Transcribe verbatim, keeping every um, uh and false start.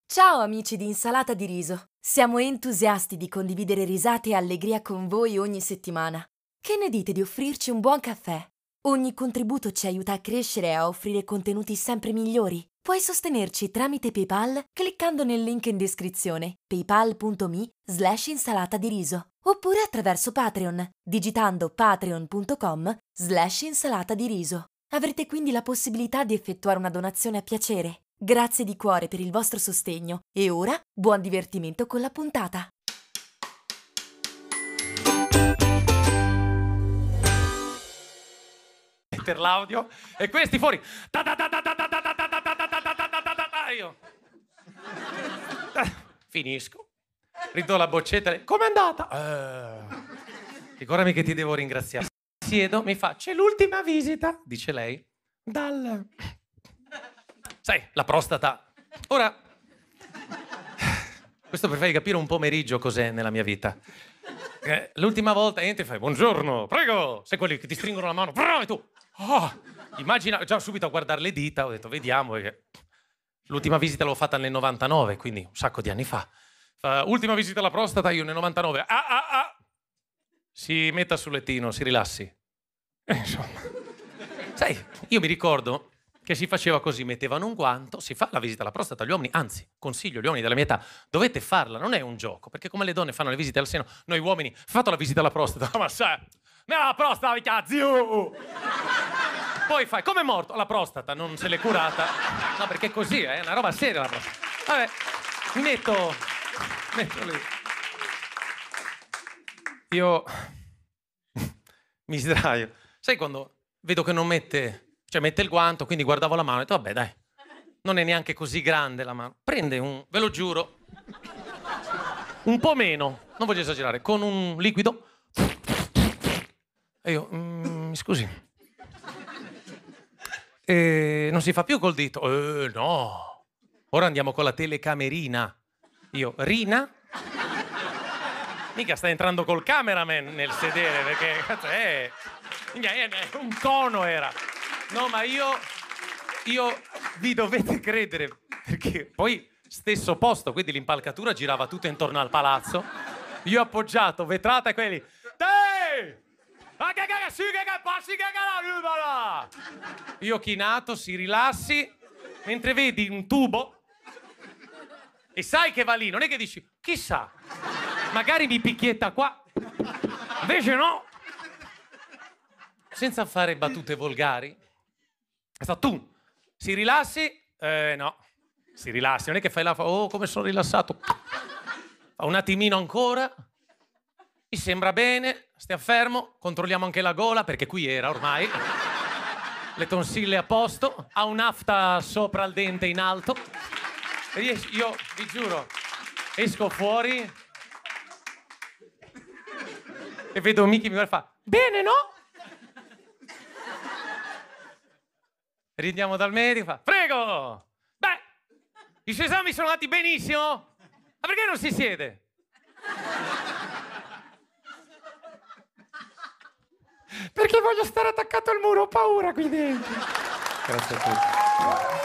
Ciao amici di Insalata di Riso! Siamo entusiasti di condividere risate e allegria con voi ogni settimana. Che ne dite di offrirci un buon caffè? Ogni contributo ci aiuta a crescere e a offrire contenuti sempre migliori. Puoi sostenerci tramite PayPal cliccando nel link in descrizione paypal.me slash insalata di riso oppure attraverso Patreon digitando patreon.com slash insalata di riso. Avrete quindi la possibilità di effettuare una donazione a piacere. Grazie di cuore per il vostro sostegno e ora buon divertimento con la puntata. Per l'audio e questi fuori. Io finisco, rido la boccetta. Com'è andata? Uh, ricordami che ti devo ringraziare. Siedo, mi fa, c'è l'ultima visita, dice lei, dal... Sai, la prostata. Ora, questo per farvi capire un pomeriggio cos'è nella mia vita. Eh, l'ultima volta entri e fai, buongiorno, prego. Sai quelli che ti stringono la mano, bravo, e tu... Oh, immagina, già subito a guardare le dita, ho detto, vediamo. Perché... L'ultima visita l'ho fatta nel novantanove, quindi un sacco di anni fa. Uh, ultima visita alla prostata, io nel novantanove. Ah, ah, ah. Si metta sul lettino, si rilassi. Eh, insomma. Sai, io mi ricordo che si faceva così, mettevano un guanto, si fa la visita alla prostata agli uomini, anzi, consiglio agli uomini della mia età, dovete farla, non è un gioco, perché come le donne fanno le visite al seno, noi uomini, fatto la visita alla prostata, ma sai, me la prostata, mi cazzo! Poi fai, come è morto? La prostata, non se l'è curata. No, perché è così, è una roba seria la prostata. Vabbè, mi metto, metto lì. Io mi sdraio. Sai quando vedo che non mette, cioè mette il guanto, quindi guardavo la mano e ho detto, vabbè dai, non è neanche così grande la mano. Prende un, ve lo giuro, un po' meno, non voglio esagerare, con un liquido. E io, mm, mi scusi. E non si fa più col dito. Eh, no. Ora andiamo con la telecamerina. Io, Rina? Mica sta entrando col cameraman nel sedere, perché cazzo è... Un cono era. No, ma io... Io vi dovete credere, perché poi stesso posto, quindi l'impalcatura girava tutto intorno al palazzo. Io appoggiato, vetrata e quelli... Dai! Io chinato, si rilassi, mentre vedi un tubo e sai che va lì, non è che dici, chissà, magari mi picchietta qua, invece no. Senza fare battute volgari, sta tu, si rilassi, eh no, si rilassi, non è che fai la, oh come sono rilassato, fa un attimino ancora. Mi sembra bene, stiamo fermo, controlliamo anche la gola, perché qui era ormai. Le tonsille a posto, ha un'afta sopra il dente in alto. E io, vi giuro, esco fuori e vedo Miki mi guarda e fa, bene, no? Ridiamo dal medico, fa, prego! Beh, i suoi esami sono andati benissimo? Ma perché non si siede? Perché voglio stare attaccato al muro, ho paura qui dentro. Grazie a tutti.